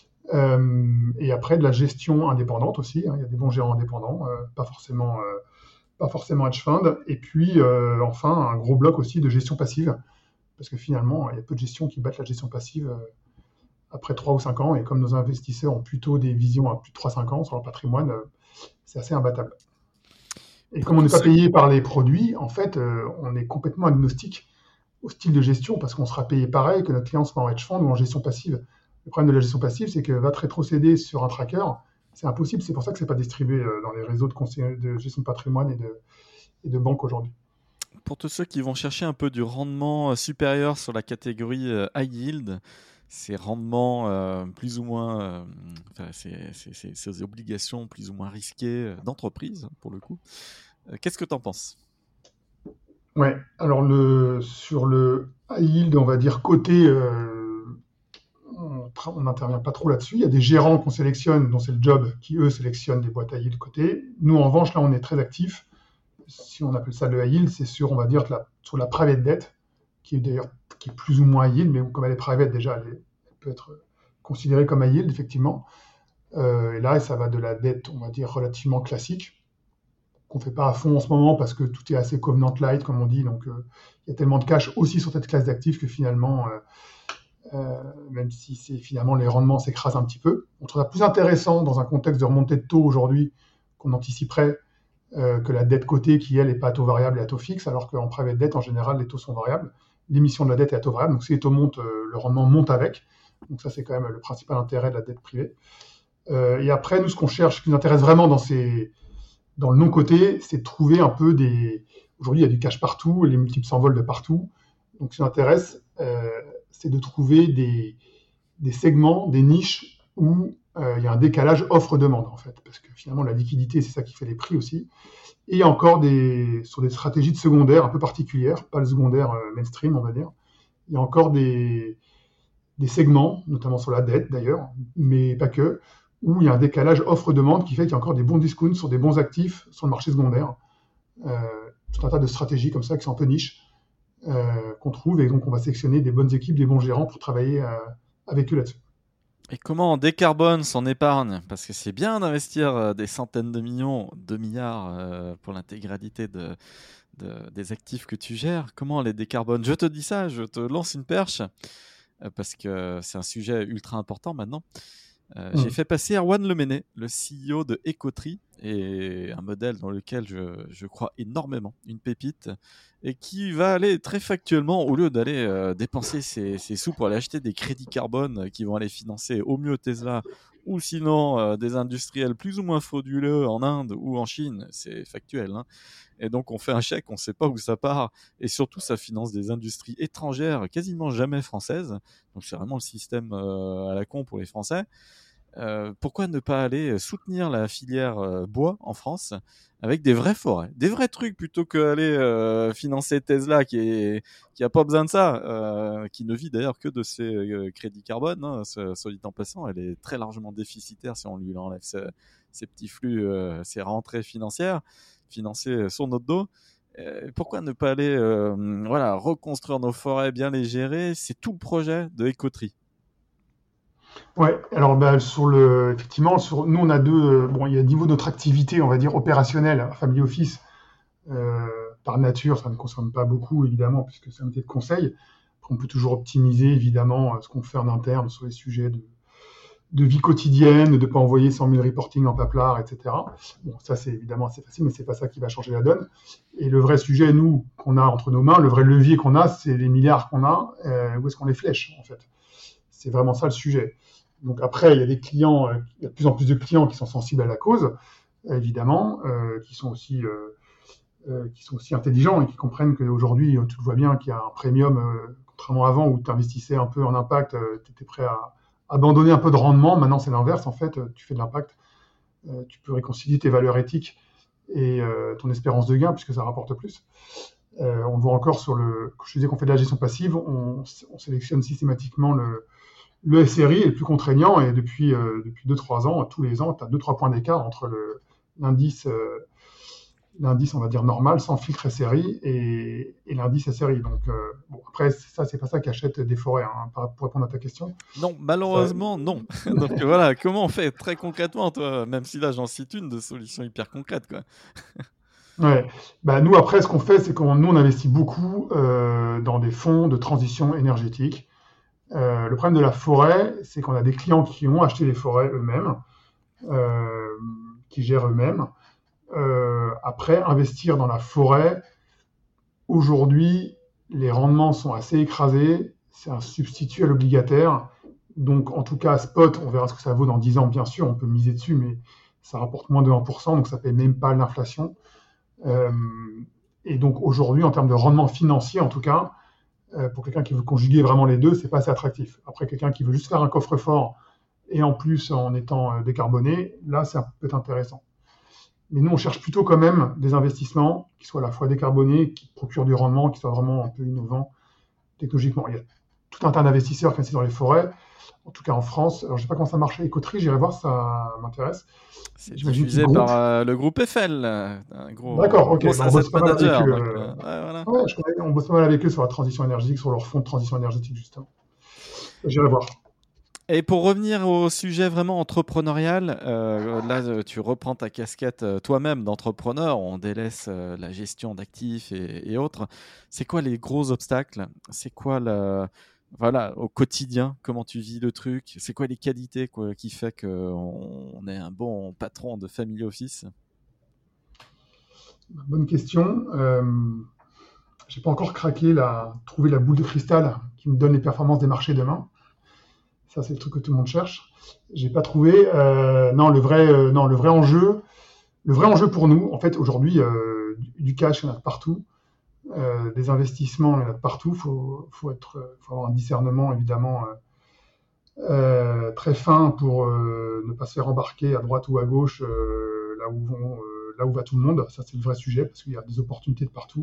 B: Euh, et après, de la gestion indépendante aussi, hein. Il y a des bons gérants indépendants, euh, pas forcément, euh, pas forcément hedge fund. Et puis, euh, enfin, un gros bloc aussi de gestion passive, parce que finalement, il y a peu de gestions qui battent la gestion passive euh, après trois ou cinq ans. Et comme nos investisseurs ont plutôt des visions à plus de trois cinq ans sur leur patrimoine, euh, c'est assez imbattable. Et
A: Pour
B: comme on
A: tous
B: n'est pas
A: ceux
B: payé par les produits, en fait, euh, on est complètement agnostique au style de gestion, parce qu'on sera payé pareil que notre client soit en hedge fund ou en gestion passive. Le problème de la gestion passive, c'est que va te rétrocéder sur un tracker, c'est impossible. C'est pour ça que c'est pas distribué euh, dans les réseaux de, conseil, de gestion de patrimoine et de, et de banque aujourd'hui.
A: pour tous ceux qui vont chercher un peu du rendement euh, supérieur sur la catégorie euh, high yield, ces rendements euh, plus ou moins, euh, enfin, ces, ces- ces- ces obligations plus ou moins risquées euh, d'entreprise, pour le coup. Euh, qu'est-ce que tu en penses?
B: Ouais. Alors le, sur le high yield, on va dire côté, euh, on n'intervient pas trop là-dessus. Il y a des gérants qu'on sélectionne, dont c'est le job, qui eux sélectionnent des boîtes high yield côté. Nous, en revanche, là, on est très actifs. Si on appelle ça le high yield, c'est sur, on va dire, la, sur la private debt, qui est d'ailleurs qui est plus ou moins high yield, mais comme elle est private déjà, elle, est, elle peut être considérée comme high yield, effectivement. Euh, et là, ça va de la dette, on va dire, relativement classique, qu'on ne fait pas à fond en ce moment parce que tout est assez covenant light, comme on dit. Donc, euh, il y a tellement de cash aussi sur cette classe d'actifs que finalement, euh, euh, même si c'est, finalement les rendements s'écrasent un petit peu, on trouve ça plus intéressant dans un contexte de remontée de taux aujourd'hui qu'on anticiperait euh, que la dette cotée qui, elle, n'est pas à taux variable et à taux fixe, alors qu'en private debt, en général, les taux sont variables. L'émission de la dette est à taux variable. Donc, si les taux montent, euh, le rendement monte avec. Donc, ça, c'est quand même le principal intérêt de la dette privée. Euh, et après, nous, ce qu'on cherche, ce qui nous intéresse vraiment dans ces dans le non-coté, c'est de trouver un peu des... Aujourd'hui, il y a du cash partout, les multiples s'envolent de partout. Donc, ce qui nous intéresse, euh, c'est de trouver des, des segments, des niches où euh, il y a un décalage offre-demande, en fait. Parce que finalement, la liquidité, c'est ça qui fait les prix aussi. Et il y a encore des, sur des stratégies de secondaire un peu particulières, pas le secondaire euh, mainstream, on va dire. Il y a encore des, des segments, notamment sur la dette d'ailleurs, mais pas que, où il y a un décalage offre-demande qui fait qu'il y a encore des bons discounts sur des bons actifs sur le marché secondaire. Euh, tout un tas de stratégies comme ça qui sont un peu niches euh, qu'on trouve, et donc on va sélectionner des bonnes équipes, des bons gérants pour travailler euh, avec eux là-dessus.
A: Et comment on décarbone son épargne? Parce que c'est bien d'investir euh, des centaines de millions, deux milliards euh, pour l'intégralité de, de, des actifs que tu gères. Comment on les décarbone? Je te dis ça, je te lance une perche, euh, parce que c'est un sujet ultra important maintenant. Euh, mmh. J'ai fait passer Erwan Lemené, le C E O de Ecotree, et un modèle dans lequel je, je crois énormément, une pépite, et qui va aller très factuellement, au lieu d'aller euh, dépenser ses, ses sous pour aller acheter des crédits carbone qui vont aller financer au mieux Tesla, ou sinon euh, des industriels plus ou moins frauduleux en Inde ou en Chine, c'est factuel, hein. Et donc on fait un chèque, on ne sait pas où ça part, et surtout ça finance des industries étrangères, quasiment jamais françaises, donc c'est vraiment le système euh, à la con pour les Français. Euh, pourquoi ne pas aller soutenir la filière euh, bois en France avec des vraies forêts, des vrais trucs, plutôt qu'aller euh, financer Tesla qui est qui a pas besoin de ça, euh, qui ne vit d'ailleurs que de ses euh, crédits carbone, hein, soit dit en passant, elle est très largement déficitaire si on lui enlève ses, ses petits flux, euh, ses rentrées financières, financer sur notre dos. Euh, pourquoi ne pas aller euh, voilà, reconstruire nos forêts, bien les gérer? C'est tout le projet de Ecotree.
B: Ouais, alors bah, sur le, effectivement, sur, nous on a deux, euh, bon, il y a au niveau de notre activité, on va dire opérationnelle, family office, euh, par nature, ça ne consomme pas beaucoup évidemment, puisque c'est un métier de conseil. Après, on peut toujours optimiser évidemment ce qu'on fait en interne sur les sujets de, de vie quotidienne, de ne pas envoyer cent mille reporting en paplard, et cetera. Bon, ça c'est évidemment assez facile, mais c'est pas ça qui va changer la donne. Et le vrai sujet, nous, qu'on a entre nos mains, le vrai levier qu'on a, c'est les milliards qu'on a, euh, où est-ce qu'on les flèche en fait. C'est vraiment ça le sujet. Donc après, il y a des clients, euh, il y a de plus en plus de clients qui sont sensibles à la cause, évidemment, euh, qui sont aussi euh, euh, qui sont aussi intelligents et qui comprennent qu'aujourd'hui, tu le vois bien, qu'il y a un premium, euh, contrairement à avant où tu investissais un peu en impact, euh, tu étais prêt à abandonner un peu de rendement. Maintenant, c'est l'inverse. En fait, tu fais de l'impact, euh, tu peux réconcilier tes valeurs éthiques et euh, ton espérance de gain puisque ça rapporte plus. Euh, on le voit encore sur le. Quand je disais qu'on fait de la gestion passive, on, on sélectionne systématiquement le Le S R I est le plus contraignant et depuis euh, depuis deux trois ans, tous les ans, tu as deux trois points d'écart entre le, l'indice, euh, l'indice, on va dire normal, sans filtre S R I et, et l'indice S R I. Donc, euh, bon, après, ça, c'est pas ça qui achète des forêts, hein, pour répondre à ta question.
A: Non, malheureusement, ça... non. Donc voilà, comment on fait très concrètement, toi, même si là, j'en cite une de solutions hyper concrètes, quoi.
B: Ouais. Bah, nous, après, ce qu'on fait, c'est qu'on nous, on investit beaucoup euh, dans des fonds de transition énergétique. Euh, le problème de la forêt, c'est qu'on a des clients qui ont acheté les forêts eux-mêmes, euh, qui gèrent eux-mêmes. Euh, après, investir dans la forêt, aujourd'hui, les rendements sont assez écrasés. C'est un substitut à l'obligataire. Donc, en tout cas, à spot, on verra ce que ça vaut dans dix ans, bien sûr. On peut miser dessus, mais ça rapporte moins de un pour cent, donc ça ne paye même pas l'inflation. Euh, et donc, aujourd'hui, en termes de rendement financier, en tout cas, pour quelqu'un qui veut conjuguer vraiment les deux, c'est pas assez attractif. Après, quelqu'un qui veut juste faire un coffre-fort et en plus en étant décarboné, là, ça peut être intéressant. Mais nous, on cherche plutôt quand même des investissements qui soient à la fois décarbonés, qui procurent du rendement, qui soient vraiment un peu innovants technologiquement. Il y a tout un tas d'investisseurs qui investissent dans les forêts. en tout cas en France. Alors, je sais pas comment ça marche avec Coterie, j'irai voir, ça m'intéresse.
A: C'est
B: J'imagine qu'ils
A: diffusé par
B: groupent.
A: euh, le groupe F L, euh, un gros,
B: D'accord, ok.
A: gros
B: Bah, on
A: asset
B: bosse pas mal avec
A: manager.
B: eux.
A: Donc,
B: euh,
A: euh, ouais, voilà.
B: Ouais, je connais, on bosse pas mal avec eux sur la transition énergétique, sur leur fonds de transition énergétique, justement. J'irai voir.
A: Et pour revenir au sujet vraiment entrepreneurial, euh, là euh, tu reprends ta casquette euh, toi-même d'entrepreneur, on délaisse euh, la gestion d'actifs et, et autres. C'est quoi les gros obstacles? C'est quoi le, voilà, au quotidien, comment tu vis le truc? C'est quoi les qualités quoi, qui fait qu'on on est un bon patron de family office?
B: Bonne question. Euh, j'ai pas encore craqué la, trouvé la boule de cristal qui me donne les performances des marchés demain. Ça, c'est le truc que tout le monde cherche. J'ai pas trouvé. Euh, non, le vrai, euh, non, le vrai enjeu, le vrai enjeu pour nous, en fait, aujourd'hui, euh, du, du cash, il y en a de partout. Euh, des investissements, il y en a de partout. Faut, faut être, faut avoir un discernement évidemment euh, euh, très fin pour euh, ne pas se faire embarquer à droite ou à gauche euh, là où vont, euh, là où va tout le monde. Ça, c'est le vrai sujet parce qu'il y a des opportunités de partout.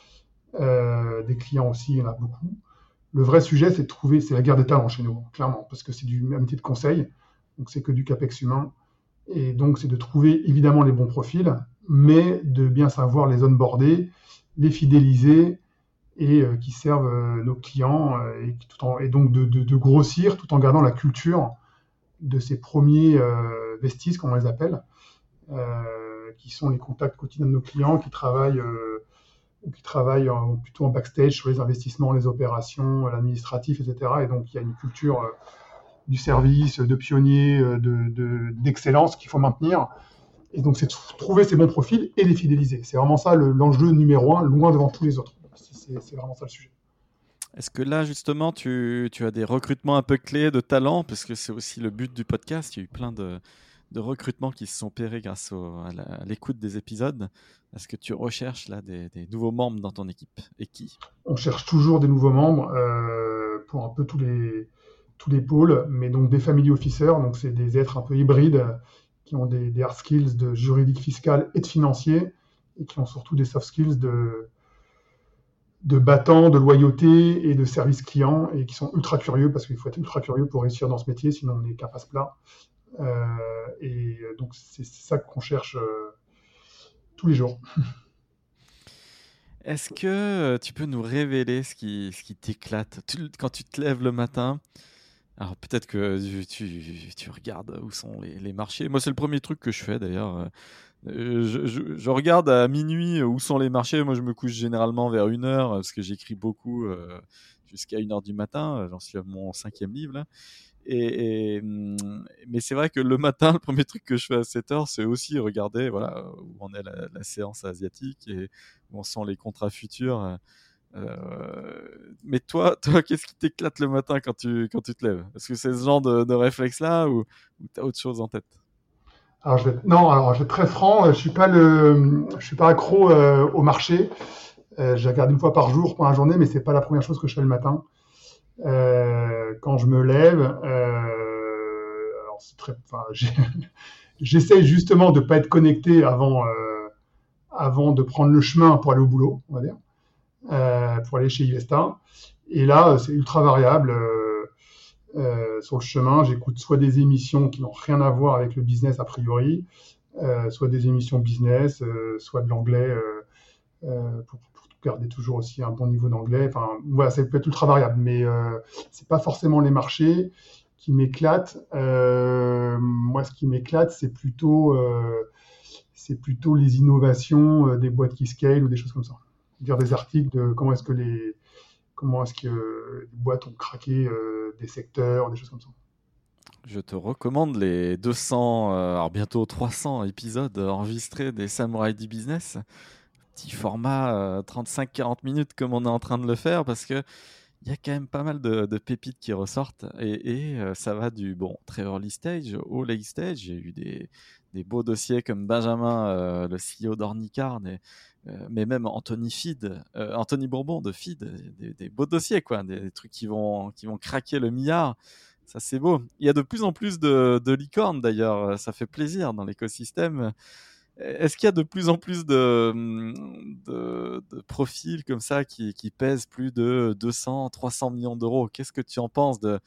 B: Euh, des clients aussi, il y en a beaucoup. Le vrai sujet, c'est de trouver, c'est la guerre des talents chez nous, clairement, parce que c'est du métier de conseil, donc c'est que du capex humain. Et donc, c'est de trouver évidemment les bons profils, mais de bien savoir les onboarder, les fidéliser et euh, qui servent euh, nos clients, euh, et, tout en- et donc de, de- de grossir tout en gardant la culture de ces premiers euh, vestiges, comme on les appelle, euh, qui sont les contacts quotidiens de nos clients, qui travaillent, euh, ou qui travaillent en- plutôt en backstage sur les investissements, les opérations, l'administratif, et cetera. Et donc, il y a une culture euh, du service, de pionnier, euh, de, de- d'excellence qu'il faut maintenir. Et donc, c'est de trouver ces bons profils et les fidéliser. C'est vraiment ça le- l'enjeu numéro un, loin devant tous les autres. C'est, c'est- c'est vraiment ça le sujet.
A: Est-ce que là, justement, tu, tu as des recrutements un peu clés de talents? Parce que c'est aussi le but du podcast. Il y a eu plein de, de recrutements qui se sont opérés grâce au- à la- à l'écoute des épisodes. Est-ce que tu recherches là des, des nouveaux membres dans ton équipe? Et qui?
B: On cherche toujours des nouveaux membres euh, pour un peu tous les, tous les pôles, mais donc des family officers, donc c'est des êtres un peu hybrides euh, qui ont des, des hard skills de juridique, fiscal et de financier, et qui ont surtout des soft skills de, de battant, de loyauté et de service client, et qui sont ultra curieux, parce qu'il faut être ultra curieux pour réussir dans ce métier, sinon on est qu'un passe-plat. Euh, et donc c'est c'est ça qu'on cherche euh, tous les jours.
A: Est-ce que euh, tu peux nous révéler ce qui, ce qui t'éclate Tu- quand tu te lèves le matin? Alors peut-être que tu, tu- tu regardes où sont les, les marchés. Moi, c'est le premier truc que je fais d'ailleurs. Euh, je, je- je regarde à minuit où sont les marchés. Moi, je me couche généralement vers une heure parce que j'écris beaucoup euh, jusqu'à une heure du matin. J'en suis à mon cinquième livre là. Et, et, hum, mais c'est vrai que le matin, le premier truc que je fais à sept heures, c'est aussi regarder voilà, où en est la, la séance asiatique et où en sont les contrats futurs. Euh, mais toi, toi, qu'est-ce qui t'éclate le matin quand tu, quand tu te lèves? Est-ce que c'est ce genre de, de réflexe-là ou, ou t'as autre chose en tête?
B: Alors je vais être, non, alors je vais être très franc, je suis pas le, je suis pas accro euh, au marché. Euh, je regarde une fois par jour pour la journée, mais c'est pas la première chose que je fais le matin. Euh, quand je me lève, euh, alors c'est très, enfin, j'ai- j'essaye justement de pas être connecté avant, euh, avant de prendre le chemin pour aller au boulot, on va dire, euh, pour aller chez Ivesta. Et là, c'est ultra variable. Euh, euh, sur le chemin, j'écoute soit des émissions qui n'ont rien à voir avec le business a priori, euh, soit des émissions business, euh, soit de l'anglais euh, euh, pour, pour garder toujours aussi un bon niveau d'anglais. Enfin, voilà, ça peut être ultra variable, mais euh, c'est pas forcément les marchés qui m'éclatent. Euh, moi, ce qui m'éclate, c'est plutôt, euh, c'est plutôt les innovations euh, des boîtes qui scale ou des choses comme ça. Dire des articles de comment est-ce que les comment est-ce que euh, les boîtes ont craqué euh, des secteurs, des choses comme ça.
A: Je te recommande les deux cents, euh, alors bientôt trois cents épisodes enregistrés des Samouraïs du Business. Petit format euh, trente-cinq quarante minutes comme on est en train de le faire parce que il y a quand même pas mal de, de pépites qui ressortent et, et, euh, ça va du bon très early stage au late stage. J'ai eu des, des beaux dossiers comme Benjamin, euh, le C E O d'Ornicar, des- euh, mais même Anthony Feed, euh, Anthony Bourbon de Feed, des, des beaux dossiers quoi, des, des trucs qui vont qui vont craquer le milliard. Ça c'est beau. Il y a de plus en plus de, de licornes d'ailleurs. Ça fait plaisir dans l'écosystème. Est-ce qu'il y a de plus en plus de, de, de profils comme ça qui, qui pèsent plus de deux cents, trois cents millions d'euros? Qu'est-ce que tu en penses de,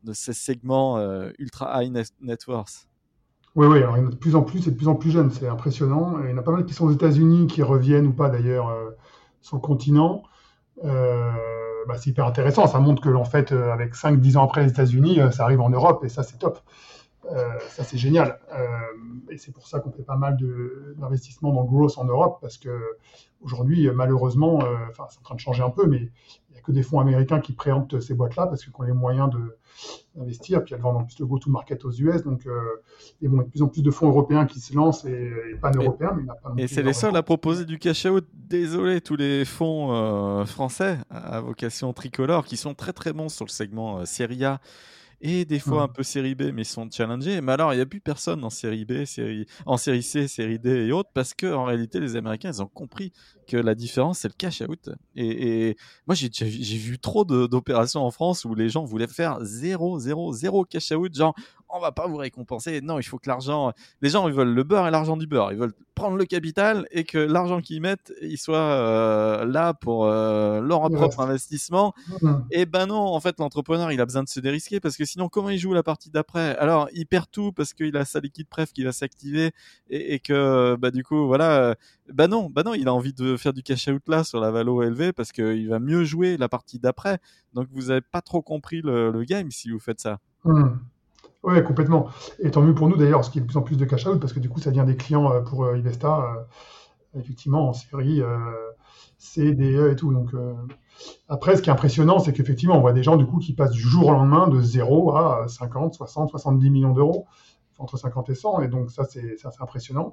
A: de ces segments euh, ultra high net, net worth.
B: Oui, oui, alors il y en a de plus en plus et de plus en plus jeunes, c'est impressionnant. Et il y en a pas mal qui sont aux États-Unis, qui reviennent ou pas d'ailleurs euh, sur le continent. Euh, bah, c'est hyper intéressant, ça montre que en fait, euh, avec cinq dix ans après les États-Unis, euh, ça arrive en Europe et ça c'est top. Euh, ça c'est génial. Euh, et c'est pour ça qu'on fait pas mal de, d'investissements dans le growth en Europe, parce que aujourd'hui, malheureusement, euh, enfin c'est en train de changer un peu, mais il n'y a que des fonds américains qui préemptent ces boîtes-là parce qu'ils ont les moyens de, d'investir, puis elles vendent en plus le go-to-market aux U S, donc euh, et bon, il y a de plus en plus de fonds européens qui se lancent et, et pan-européens, mais il n'y en a pas non
A: Et
B: plus
A: c'est les seuls
B: énormément.
A: à proposer du cash out. Désolé, tous les fonds euh, français à vocation tricolore qui sont très très bons sur le segment euh, Serie A et des fois un
B: Hum,
A: peu série B, mais ils sont challengés. Mais alors, il n'y a plus personne en série B, série... en série C, série D et autres, parce que en réalité, les Américains, ils ont compris que la différence, c'est le cash out. Et, et moi, j'ai, j'ai j'ai vu trop de, d'opérations en France où les gens voulaient faire zéro, zéro, zéro cash out, genre, on va pas vous récompenser. Non, il faut que l'argent, les gens, ils veulent le beurre et l'argent du beurre. Ils veulent prendre le capital et que l'argent qu'ils mettent, il soit euh, là pour euh, leur
B: il
A: propre
B: reste.
A: investissement.
B: Hum,
A: Et ben non, en fait, l'entrepreneur, il a besoin de se dérisquer parce que sinon, comment il joue la partie d'après? Alors, il perd tout parce qu'il a sa liquide préf qui va s'activer et, et que, bah, du coup, voilà, euh, bah non, bah non, il a envie de faire du cash out là sur la valo élevée parce qu'il va mieux jouer la partie d'après. Donc, vous avez pas trop compris le, le game si vous faites ça.
B: hum. Ouais, complètement. Et tant mieux pour nous d'ailleurs, parce qu'il y a de plus en plus de cash out, parce que du coup, ça devient des clients euh, pour euh, Ivesta, euh, effectivement, en série euh, C, D, E et tout. Donc, euh, après, ce qui est impressionnant, c'est qu'effectivement, on voit des gens du coup qui passent du jour au lendemain de zéro à cinquante, soixante, soixante-dix millions d'euros, entre cinquante et cent, et donc ça, c'est c'est assez impressionnant.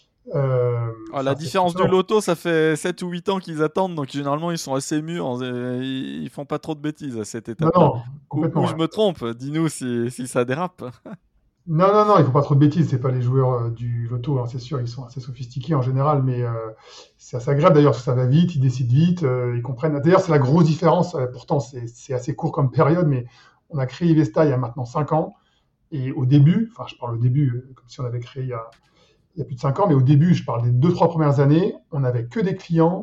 B: Euh,
A: Ah,
B: c'est
A: la
B: assez
A: différence du
B: impressionnant.
A: loto, ça fait sept ou huit ans qu'ils attendent, donc généralement ils sont assez mûrs, euh, ils ils font pas trop de bêtises à cette
B: Non,
A: étape-là.
B: non,
A: Ou,
B: complètement.
A: ou
B: Ouais.
A: je me trompe, dis-nous si, si ça dérape.
B: Non, non, non, il faut pas trop de bêtises. C'est pas les joueurs euh, du loto, hein, c'est sûr. Ils sont assez sophistiqués en général, mais euh, c'est assez agréable d'ailleurs parce que ça va vite, ils décident vite, euh, ils comprennent. D'ailleurs, c'est la grosse différence. euh, pourtant, c'est c'est assez court comme période, mais on a créé Ivesta il y a maintenant cinq ans. Et au début, enfin, je parle au début, euh, comme si on avait créé il y a, il y a plus de cinq ans, mais au début, je parle des deux, trois premières années, on n'avait que des clients,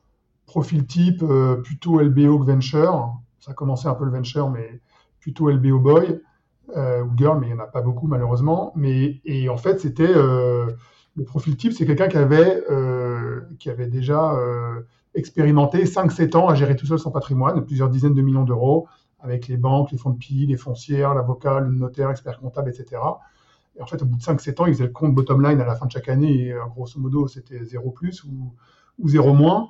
B: profil type, euh, plutôt L B O que venture. Ça a commencé un peu le venture, mais plutôt L B O boy euh, ou girl, mais il n'y en a pas beaucoup malheureusement. Mais, et en fait, c'était euh, le profil type, c'est quelqu'un qui avait, euh, qui avait déjà euh, expérimenté cinq sept ans à gérer tout seul son patrimoine, plusieurs dizaines de millions d'euros, avec les banques, les fonds de P I, les foncières, l'avocat, le notaire, expert comptable, et cetera. Et en fait, au bout de cinq sept ans, ils faisaient le compte bottom line à la fin de chaque année, et euh, grosso modo, c'était zéro plus ou, ou zéro moins.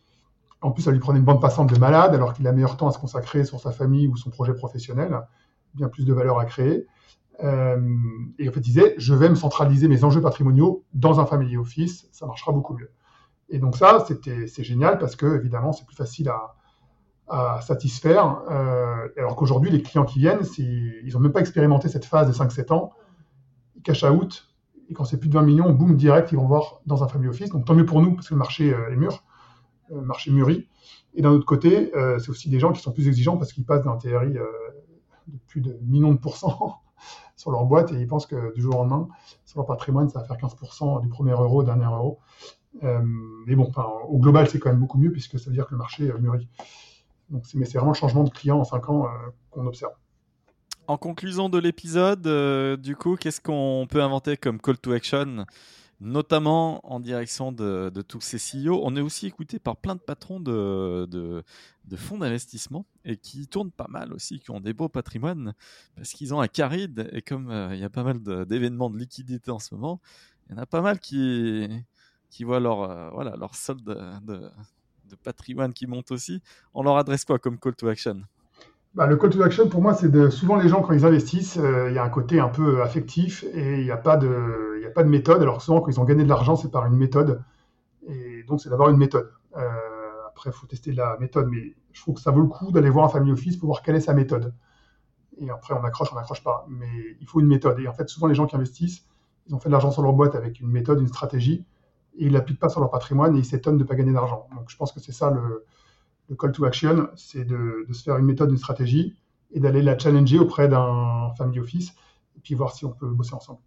B: En plus, ça lui prenait une bande passante de malade, alors qu'il a meilleur temps à se consacrer sur sa famille ou son projet professionnel, bien plus de valeur à créer. Euh, et en fait, il disait, je vais me centraliser mes enjeux patrimoniaux dans un family office, ça marchera beaucoup mieux. Et donc ça, c'était, c'est génial parce que, évidemment, c'est plus facile à, à satisfaire. Euh, alors qu'aujourd'hui, les clients qui viennent, ils n'ont même pas expérimenté cette phase de cinq sept ans, ils cash out, et quand c'est plus de vingt millions, boum, direct, ils vont voir dans un family office. Donc tant mieux pour nous, parce que le marché euh, est mûr, le marché mûri. Et d'un autre côté, euh, c'est aussi des gens qui sont plus exigeants parce qu'ils passent d'un T R I euh, de plus de millions de pourcents sur leur boîte et ils pensent que du jour au lendemain, sur leur patrimoine, ça va faire quinze pour cent du premier euro, dernier euro. Euh, mais bon, enfin, au global, c'est quand même beaucoup mieux puisque ça veut dire que le marché euh, mûrit. Donc, c'est, mais c'est vraiment le changement de client en cinq ans euh, qu'on observe.
A: En conclusion de l'épisode, euh, du coup, qu'est-ce qu'on peut inventer comme call to action, notamment en direction de, de tous ces C E O? On est aussi écouté par plein de patrons de, de, de fonds d'investissement et qui tournent pas mal aussi, qui ont des beaux patrimoines parce qu'ils ont un caride. Et comme euh, il y a pas mal de, d'événements de liquidité en ce moment, il y en a pas mal qui, qui voient leur, euh, voilà, leur solde de, de, de patrimoine qui monte aussi. On leur adresse quoi comme call to action?
B: Bah, le call to action, pour moi, c'est de, souvent les gens, quand ils investissent, euh, il y a un côté un peu affectif et il n'y a, pas de- il y a pas de méthode. Alors souvent, quand ils ont gagné de l'argent, c'est par une méthode. Et donc, c'est d'avoir une méthode. Euh, après, il faut tester la méthode, mais je trouve que ça vaut le coup d'aller voir un family office pour voir quelle est sa méthode. Et après, on accroche, on n'accroche pas. Mais il faut une méthode. Et en fait, souvent, les gens qui investissent, ils ont fait de l'argent sur leur boîte avec une méthode, une stratégie, et ils ne l'appliquent pas sur leur patrimoine et ils s'étonnent de ne pas gagner d'argent. Donc, je pense que c'est ça le, le call to action, c'est de, de se faire une méthode, une stratégie, et d'aller la challenger auprès d'un family office, et puis voir si on peut bosser ensemble.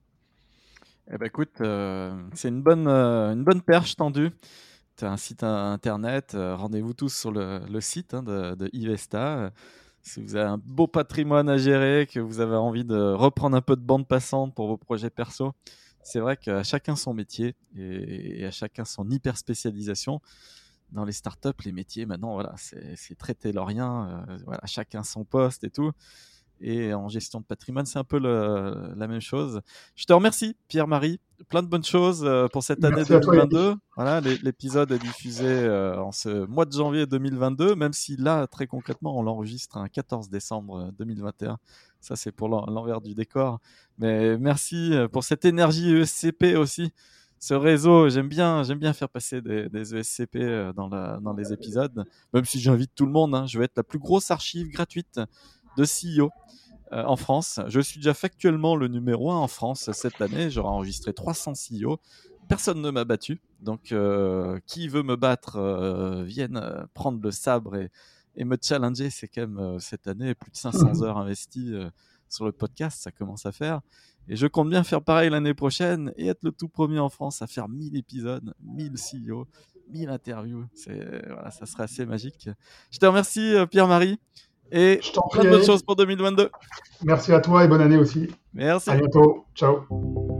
A: Eh ben écoute, euh, c'est une bonne, euh, une bonne perche tendue. Tu as un site internet, euh, rendez-vous tous sur le, le site hein, de, de Ivesta. si vous avez un beau patrimoine à gérer, que vous avez envie de reprendre un peu de bande passante pour vos projets perso, c'est vrai qu'à chacun son métier et, et à chacun son hyper spécialisation. Dans les startups, les métiers maintenant, voilà, c'est, c'est très taylorien, euh, voilà, chacun son poste et tout. Et en gestion de patrimoine, c'est un peu le, la même chose. Je te remercie, Pierre-Marie. Plein de bonnes choses euh, pour cette année
B: Merci à toi, Yannick.
A: deux mille vingt-deux. Voilà, l'épisode est diffusé euh, en ce mois de janvier deux mille vingt-deux, même si là, très concrètement, on l'enregistre un quatorze décembre deux mille vingt et un. Ça, c'est pour l'en- l'envers du décor. Mais merci euh, pour cette énergie E S C P aussi. Ce réseau, j'aime bien, j'aime bien faire passer des, des E S C P euh, dans, la, dans les épisodes, même si j'invite tout le monde. Hein. Je vais être la plus grosse archive gratuite de C E O euh, en France. Je suis déjà factuellement le numéro un en France cette année. J'aurai enregistré trois cents C E O. Personne ne m'a battu. Donc, euh, qui veut me battre, euh, vienne euh, prendre le sabre et, et me challenger. C'est quand même euh, cette année plus de cinq cents heures investies euh, sur le podcast. Ça commence à faire. Et je compte bien faire pareil l'année prochaine et être le tout premier en France à faire mille épisodes, mille C E O, mille interviews. C'est, voilà, ça serait assez magique. Je te remercie, euh, Pierre-Marie. Et
B: Je t'en
A: plein
B: prie,
A: de bonnes
B: Yannick.
A: choses pour deux mille vingt-deux.
B: Merci à toi et bonne année aussi.
A: Merci.
B: À bientôt. Ciao.